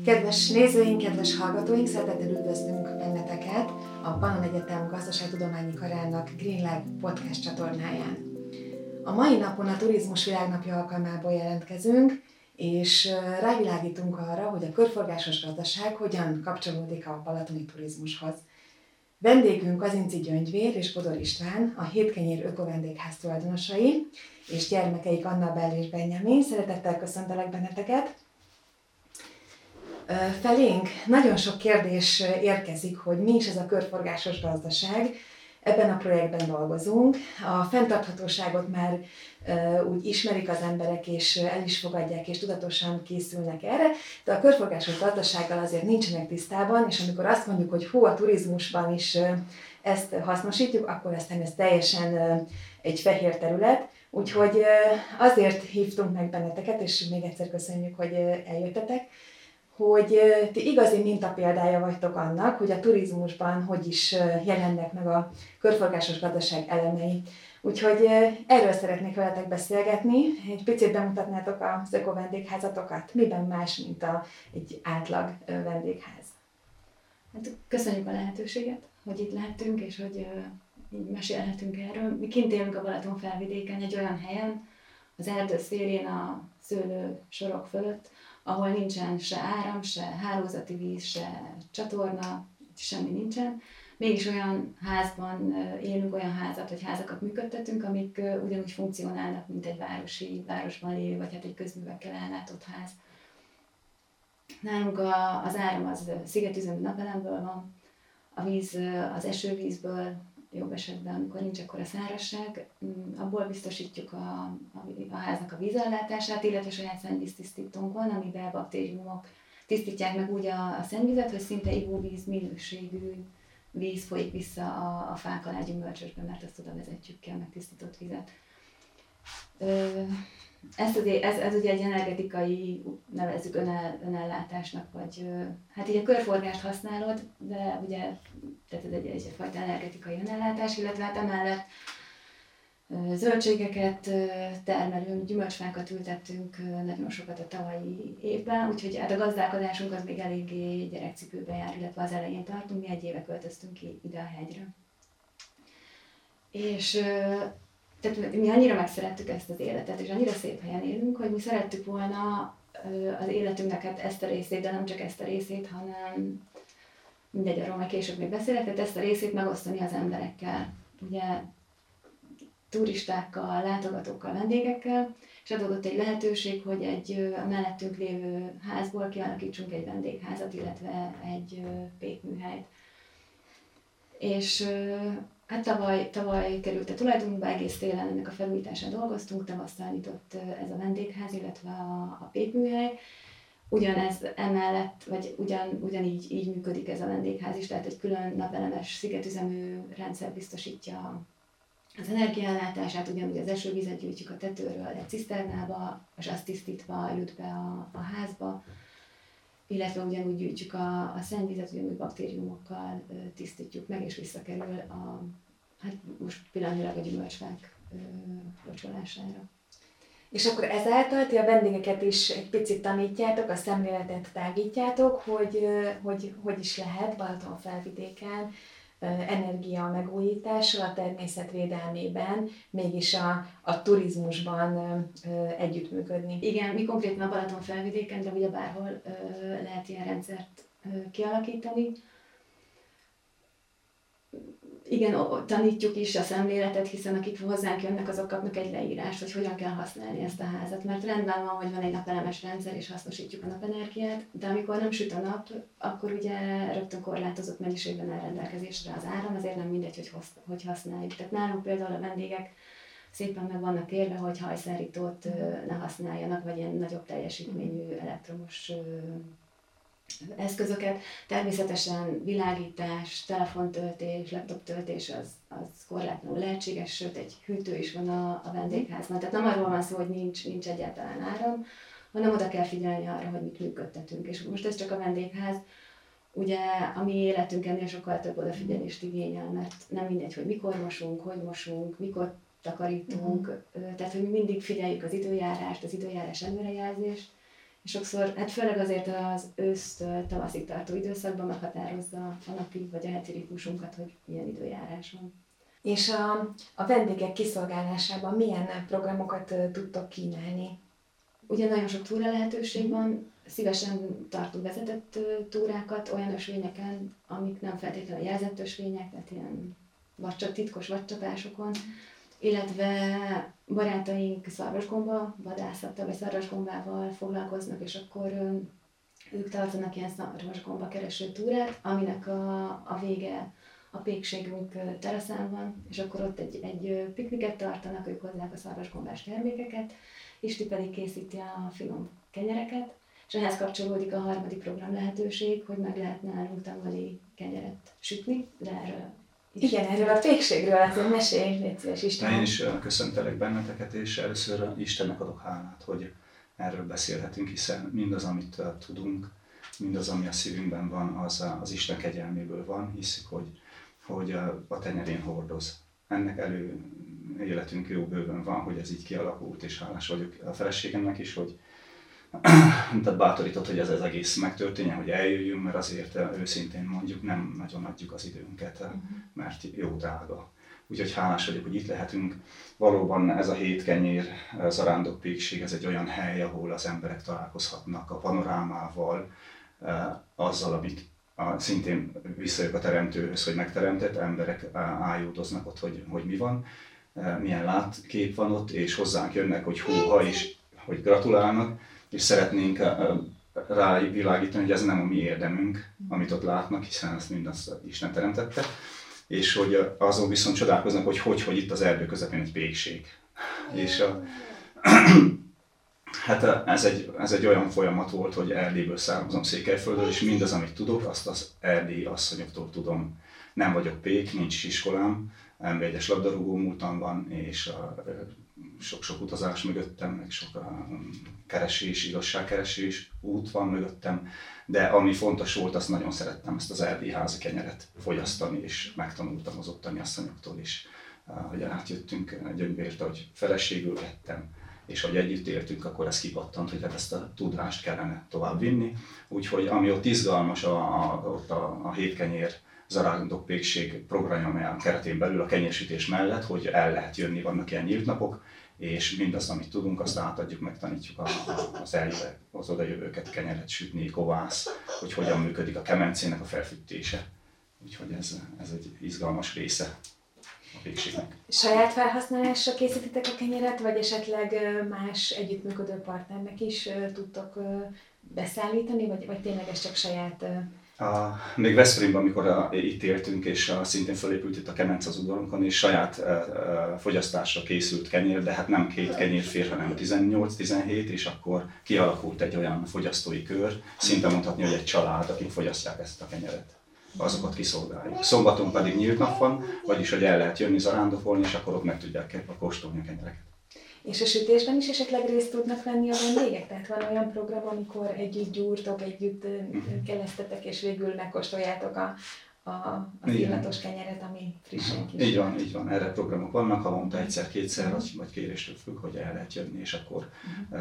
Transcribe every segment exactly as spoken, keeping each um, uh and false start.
Kedves nézőink, kedves hallgatóink, szeretettel üdvözlünk benneteket a Pannon Egyetem Gazdaságtudományi Karának Green Lab podcast csatornáján. A mai napon a Turizmus Világnapja alkalmából jelentkezünk, és rávilágítunk arra, hogy a körforgásos gazdaság hogyan kapcsolódik a balatoni turizmushoz. Vendégünk Kazinczy Gyöngyvér és Bodor István, a Hétkenyér Ökovendégház tulajdonosai, és gyermekeik Annabel és Benjamin. Szeretettel köszöntelek benneteket. Felénk nagyon sok kérdés érkezik, hogy mi is ez a körforgásos gazdaság. Ebben a projektben dolgozunk. A fenntarthatóságot már úgy ismerik az emberek, és el is fogadják, és tudatosan készülnek erre, de a körforgásos gazdasággal azért nincsenek tisztában, és amikor azt mondjuk, hogy hú, a turizmusban is ezt hasznosítjuk, akkor aztán ez teljesen egy fehér terület. Úgyhogy azért hívtunk meg benneteket, és még egyszer köszönjük, hogy eljöttetek, hogy ti igazi mintapéldája vagytok annak, hogy a turizmusban hogy is jelennek meg a körforgásos gazdaság elemei. Úgyhogy erről szeretnék veletek beszélgetni. Egy picit bemutatnátok az ökovendégházatokat. Miben más, mint a, egy átlag vendégház? Hát köszönjük a lehetőséget, hogy itt lehetünk, és hogy így mesélhetünk erről. Mi kint élünk a Balaton felvidéken, egy olyan helyen, az erdő szélén, a szőlő sorok fölött, ahol nincsen se áram, se hálózati víz, se csatorna, semmi nincsen. Mégis olyan házban élünk, olyan házat vagy házakat működtetünk, amik ugyanúgy funkcionálnak, mint egy városi, városban lévő, vagy hát egy közművekkel ellátott ház. Nálunk a, az áram az szigetüzemű napelemből van, a víz az esővízből, jobb esetben, amikor nincs akkora szárazság, abból biztosítjuk a, a, a háznak a vízellátását, illetve saját szennyvíztisztítónk van, amiben baktériumok tisztítják meg úgy a, a szennyvizet, hogy szinte ivóvíz minőségű víz folyik vissza a, a fák alá gyümölcsösbe, mert azt oda vezetjük ki a megtisztított vizet. Ö, ezt ugye, ez, ez ugye egy energetikai, nevezzük önel, önellátásnak, vagy hát így a körforgást használod, de ugye tehát ez egy, egyfajta energetikai önellátás, illetve hát emellett zöldségeket termelünk, gyümölcsfákat ültettünk nagyon sokat a tavalyi évben, úgyhogy hát a gazdálkodásunk az még eléggé gyerekcipőben jár, illetve az elején tartunk, mi egy éve költöztünk ki ide a hegyre. És tehát mi annyira megszerettük ezt az életet, és annyira szép helyen élünk, hogy mi szerettük volna az életünknek hát ezt a részét, de nem csak ezt a részét, hanem mindegy, arról majd később még beszélek, tehát ezt a részét megosztani az emberekkel, ugye turistákkal, látogatókkal, vendégekkel, és adódott egy lehetőség, hogy egy a mellettünk lévő házból kialakítsunk egy vendégházat, illetve egy pékműhelyt. És hát tavaly, tavaly került a tulajdonunkba, egész télen ennek a felújításán dolgoztunk, tavasszal nyitott ez a vendégház, illetve a, a pékműhely. Ugyanez emellett, vagy ugyan, ugyanígy így működik ez a vendégház is, tehát egy külön napelemes szigetüzemű rendszer biztosítja az energiaellátását, ugyanúgy az esővizet gyűjtjük a tetőről egy ciszternába, és azt tisztítva jut be a, a házba, illetve ugyanúgy gyűjtjük a, a szennyvizet, ugyanúgy baktériumokkal ö, tisztítjuk meg, és visszakerül a, hát most pillanatnyilag a gyümölcsfák ö, locsolására. És akkor ezáltal ti a vendégeket is egy picit tanítjátok, a szemléletet tágítjátok, hogy hogy, hogy is lehet Balaton felvidéken energia megújítással, a természet védelmében, mégis a, a turizmusban ö, együttműködni. Igen, mi konkrétan a Balaton felvidéken, de ugye bárhol ö, lehet ilyen rendszert ö, kialakítani. Igen, tanítjuk is a szemléletet, hiszen akik hozzánk jönnek, azok kapnak egy leírást, hogy hogyan kell használni ezt a házat. Mert rendben van, hogy van egy napelemes rendszer, és hasznosítjuk a napenergiát, de amikor nem süt a nap, akkor ugye rögtön korlátozott mennyiségben áll rendelkezésre az áram, azért nem mindegy, hogy, hoz, hogy használjuk. Tehát nálunk például a vendégek szépen meg vannak kérve, hogy hajszárítót ne használjanak, vagy ilyen nagyobb teljesítményű elektromos eszközöket. Természetesen világítás, telefontöltés, laptoptöltés az, az korlátlanul lehetséges, sőt egy hűtő is van a, a vendégházban. Tehát nem arról van szó, hogy nincs, nincs egyáltalán áram, hanem oda kell figyelni arra, hogy mit működtetünk. És most ez csak a vendégház. Ugye a mi életünk ennél sokkal több odafigyelést igényel, mert nem mindegy, hogy mikor mosunk, hogy mosunk, mikor takarítunk, uh-huh. Tehát hogy mi mindig figyeljük az időjárást, az időjárás előrejelzést, És sokszor, hát főleg azért az ősztől tavaszig tartó időszakban meghatározza a napi vagy a heti ritmusunkat, hogy milyen időjárás van. És a, a vendégek kiszolgálásában milyen programokat tudtok kínálni? Ugye nagyon sok túra lehetőség van, szívesen tartunk vezetett túrákat olyan ösvényeken, amik nem feltétlenül jelzett ösvények, tehát ilyen vadcsap, titkos vadcsapásokon, illetve barátaink szarvasgomba vadászattal vagy szarvasgombával foglalkoznak, és akkor ők tartanak ilyen szarvasgomba kereső túrát, aminek a, a vége a pékségünk teraszán van, és akkor ott egy, egy pikniket tartanak, ők hozzák a szarvasgombás termékeket, Isti pedig készíti a finom kenyereket, és ehhez kapcsolódik a harmadik program lehetőség, hogy meg lehet nálunk tangali kenyeret sütni, de erről is. Igen, erről a pékségről azért mesélj, légy szíves, István. Én is köszöntelek benneteket, és először Istennek adok hálát, hogy erről beszélhetünk, hiszen mindaz, amit tudunk, mindaz, ami a szívünkben van, az az Isten kegyelméből van, hiszük, hogy, hogy a tenyerén hordoz. Ennek elő életünk jó bőven van, hogy ez így kialakult, és hálás vagyok a feleségemnek is, hogy tehát bátorított, hogy ez az egész megtörténjen, hogy eljöjjünk, mert azért őszintén mondjuk nem nagyon adjuk az időnket, mert jó drága. Úgyhogy hálás vagyok, hogy itt lehetünk. Valóban ez a hét kenyér zarándok pékség, ez egy olyan hely, ahol az emberek találkozhatnak a panorámával, azzal, amit a, szintén visszajövök a teremtőhöz, hogy megteremtett emberek ájúdoznak ott, hogy, hogy mi van, milyen látkép van ott, és hozzánk jönnek, hogy húha, és hogy gratulálnak, és szeretnénk rávilágítani, hogy ez nem a mi érdemünk, amit ott látnak, hiszen ezt mindazt Isten teremtette, és hogy azon viszont csodálkoznak, hogy hogy, hogy itt az erdő közepén egy pékség. És a, hát ez egy, ez egy olyan folyamat volt, hogy Erdélyből származom, Székelyföldről, és mindaz, amit tudok, azt az erdélyi asszonyoktól tudom. Nem vagyok pék, nincs is iskolám, em bé egyes labdarúgó múltam van, és a, sok-sok utazás mögöttem, meg sok a keresés, igazságkeresés út van mögöttem, de ami fontos volt, azt nagyon szerettem, ezt az erdélyi házi kenyeret fogyasztani, és megtanultam az ottani asszonyoktól is, hogy átjöttünk Gyöngyvérte, hogy feleségül vettem, és hogy együtt éltünk, akkor ez kipattant, hogy hát ezt a tudást kellene tovább vinni. Úgyhogy ami ott izgalmas, a, a, ott a, a hétkenyér zarándok pékség programja keretén belül a kenyérsütés mellett, hogy el lehet jönni, vannak ilyen nyílt napok, és mindazt, amit tudunk, azt átadjuk, megtanítjuk a, a, az, eljövő, az odajövőket kenyeret sütni, kovász, hogy hogyan működik a kemencének a felfűtése. Úgyhogy ez, ez egy izgalmas része a pékségnek. Saját felhasználásra készítitek a kenyeret, vagy esetleg más együttműködő partnernek is tudtok beszállítani, vagy, vagy tényleg ez csak saját... A, még Veszprémben, amikor a, itt éltünk, és a, szintén felépült itt a kemence az udvarunkon, és saját a, a, fogyasztásra készült kenyér, de hát nem két kenyér fér, hanem tizennyolc-tizenhét, és akkor kialakult egy olyan fogyasztói kör, szinte mondhatni, hogy egy család, akik fogyasztják ezt a kenyeret. Azokat kiszolgáljuk. Szombaton pedig nyílt nap van, vagyis hogy el lehet jönni zarándokolni, és akkor ott meg tudják kóstolni a kenyereket. És a sütésben is esetleg részt tudnak venni a vendégek? Tehát van olyan program, amikor együtt gyúrtok, együtt kelesztetek, és végül megkóstoljátok a, a, az illatos kenyeret, ami frissen kis. Így van, így van. Erre programok vannak, havonta egyszer-kétszer, vagy, vagy kéréstől függ, hogy el lehet jönni, és akkor uh,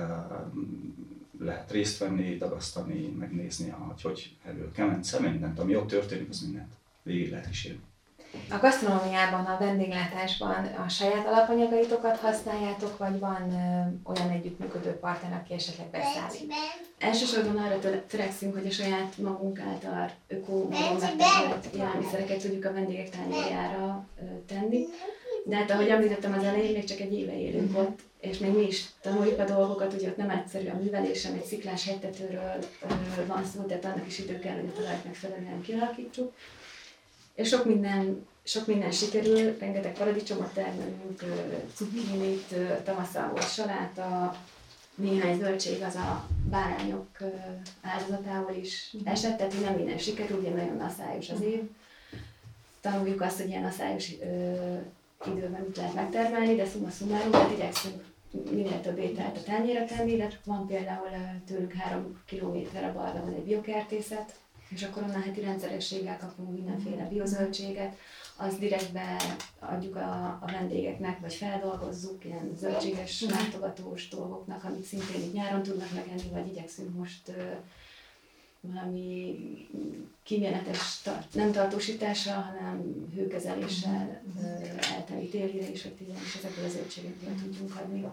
lehet részt venni, dagasztani, megnézni, hogy hogy elő a kemence, mindent, ami ott történik, az mindent végig lehet kísérni. A gasztronómiában, a vendéglátásban a saját alapanyagaitokat használjátok, vagy van ö, olyan együttműködő partner, aki esetleg beszállít? Elsősorban arra törekszünk, hogy a saját magunk által öko-módon megtermelt élelmiszereket tudjuk a vendégek tányérjára tenni. De hát ahogy említettem az elején, még csak egy éve élünk ott, és még mi is tanuljuk a dolgokat, ugye ott nem egyszerű a művelésem, egy sziklás hegytetőről van szó, tehát annak is idő kell, hogy a talajt megfelelően kialakítsuk. És sok minden, sok minden sikerül, rengeteg paradicsomot termelünk, cukkinit, tavasszal volt saláta, néhány zöldség az a bárányok áldozatával is esett, tehát nem minden sikerül, ugye nagyon asszályos az év. Tanuljuk azt, hogy ilyen asszályos időben mit lehet megtermelni, de szumma summarum, tehát igyekszünk minél több ételt a tányérra tenni, de van például tőlük három kilométerre balra van egy biokertészet, és akkor onnan heti rendszerességgel kapunk mindenféle biozöldséget, azt direktbe adjuk a, a vendégeknek, vagy feldolgozzuk ilyen zöldséges, látogatós dolgoknak, amit szintén így nyáron tudnak megenni, vagy igyekszünk most uh, valami kíméletes, tar- nem tartósítással, hanem hőkezeléssel uh, elteli télire is, hogy is ezekből a zöldségekből tudjunk adni.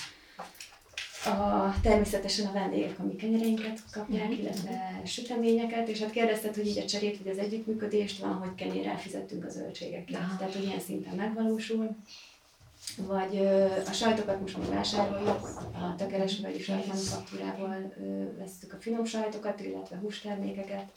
A, természetesen a vendégek a mi kenyereinket kapják, illetve süteményeket, és hát kérdezted, hogy így a cserét vagy az együttműködést van, hogy kenyérrel fizettünk a zöldségekkel. Ja. Tehát, hogy ilyen szinten megvalósul. Vagy ö, a sajtokat most már vásároljuk, a Tökeresvölgyi sajtmanufaktúrából vesszük a finom sajtokat, illetve hústermékeket.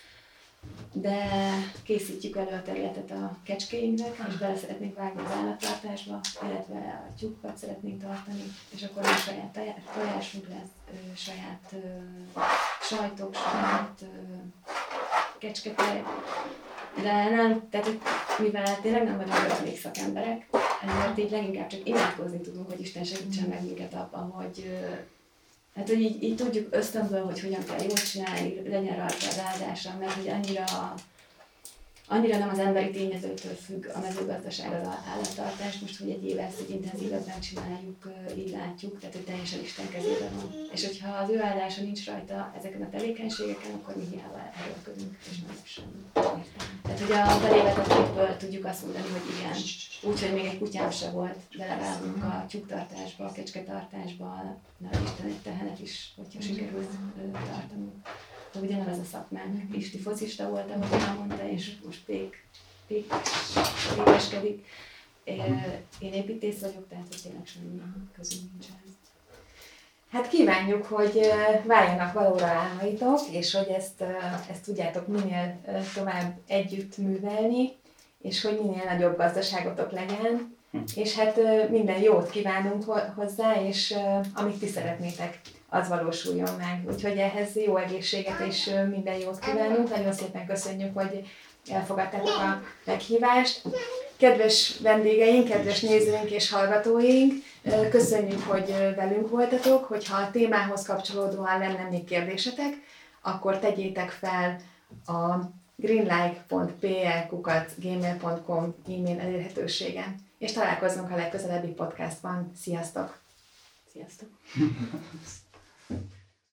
De készítjük elő a területet a kecskéinknek, és bele szeretnénk vágni az állattartásba, illetve a tyúkokat szeretnénk tartani, és akkor a saját tojásunk lesz, ö, saját ö, sajtok, saját ö, kecsketej. De nem, tehát mivel tényleg nem vagyunk ötvenék szakemberek, ezért így leginkább csak imádkozni tudunk, hogy Isten segítsen meg minket abban, hogy ö, hát, hogy így, így tudjuk ösztönből, hogy hogyan kell jól csinálni, legyen rajta az áldása, mert hogy annyira, annyira nem az emberi tényezőtől függ a mezőgazdaság az állattartás, most, hogy egy éve ezt így intenzívebben csináljuk, így látjuk, tehát hogy teljesen Isten kezében van. És hogyha az ő áldása nincs rajta ezeken a tevékenységeken, akkor mi hiába erőlködünk, és nem semmi. Tehát, hogy a belévetetésből tudjuk azt mondani, hogy igen, úgyhogy még egy kutyám se volt, belevágunk a tyúktartásba, a kecsketartásba, nem Isten egy tehenet is, hogyha sikerült tartanunk. De ugyanaz a szakmánk. Isti focista volt, ahogy elmondta, és most pék, pék, pékeskedik. Én építész vagyok, tehát hogy tényleg semmi közünk nincs ehhez. Hát kívánjuk, hogy váljanak valóra álmaitok, és hogy ezt, ezt tudjátok minél tovább együtt művelni, és hogy minél nagyobb gazdaságotok legyen, és hát minden jót kívánunk hozzá, és amit ti szeretnétek, az valósuljon meg. Úgyhogy ehhez jó egészséget és minden jót kívánunk. Nagyon szépen köszönjük, hogy elfogadtátok a meghívást. Kedves vendégeink, kedves nézőink és hallgatóink, köszönjük, hogy velünk voltatok. Hogyha a témához kapcsolódóan lenne még kérdésetek, akkor tegyétek fel a greenlike pont p l kukac gmail pont com e-mail elérhetőségen. És találkozunk a legközelebbi podcastban. Sziasztok! Sziasztok!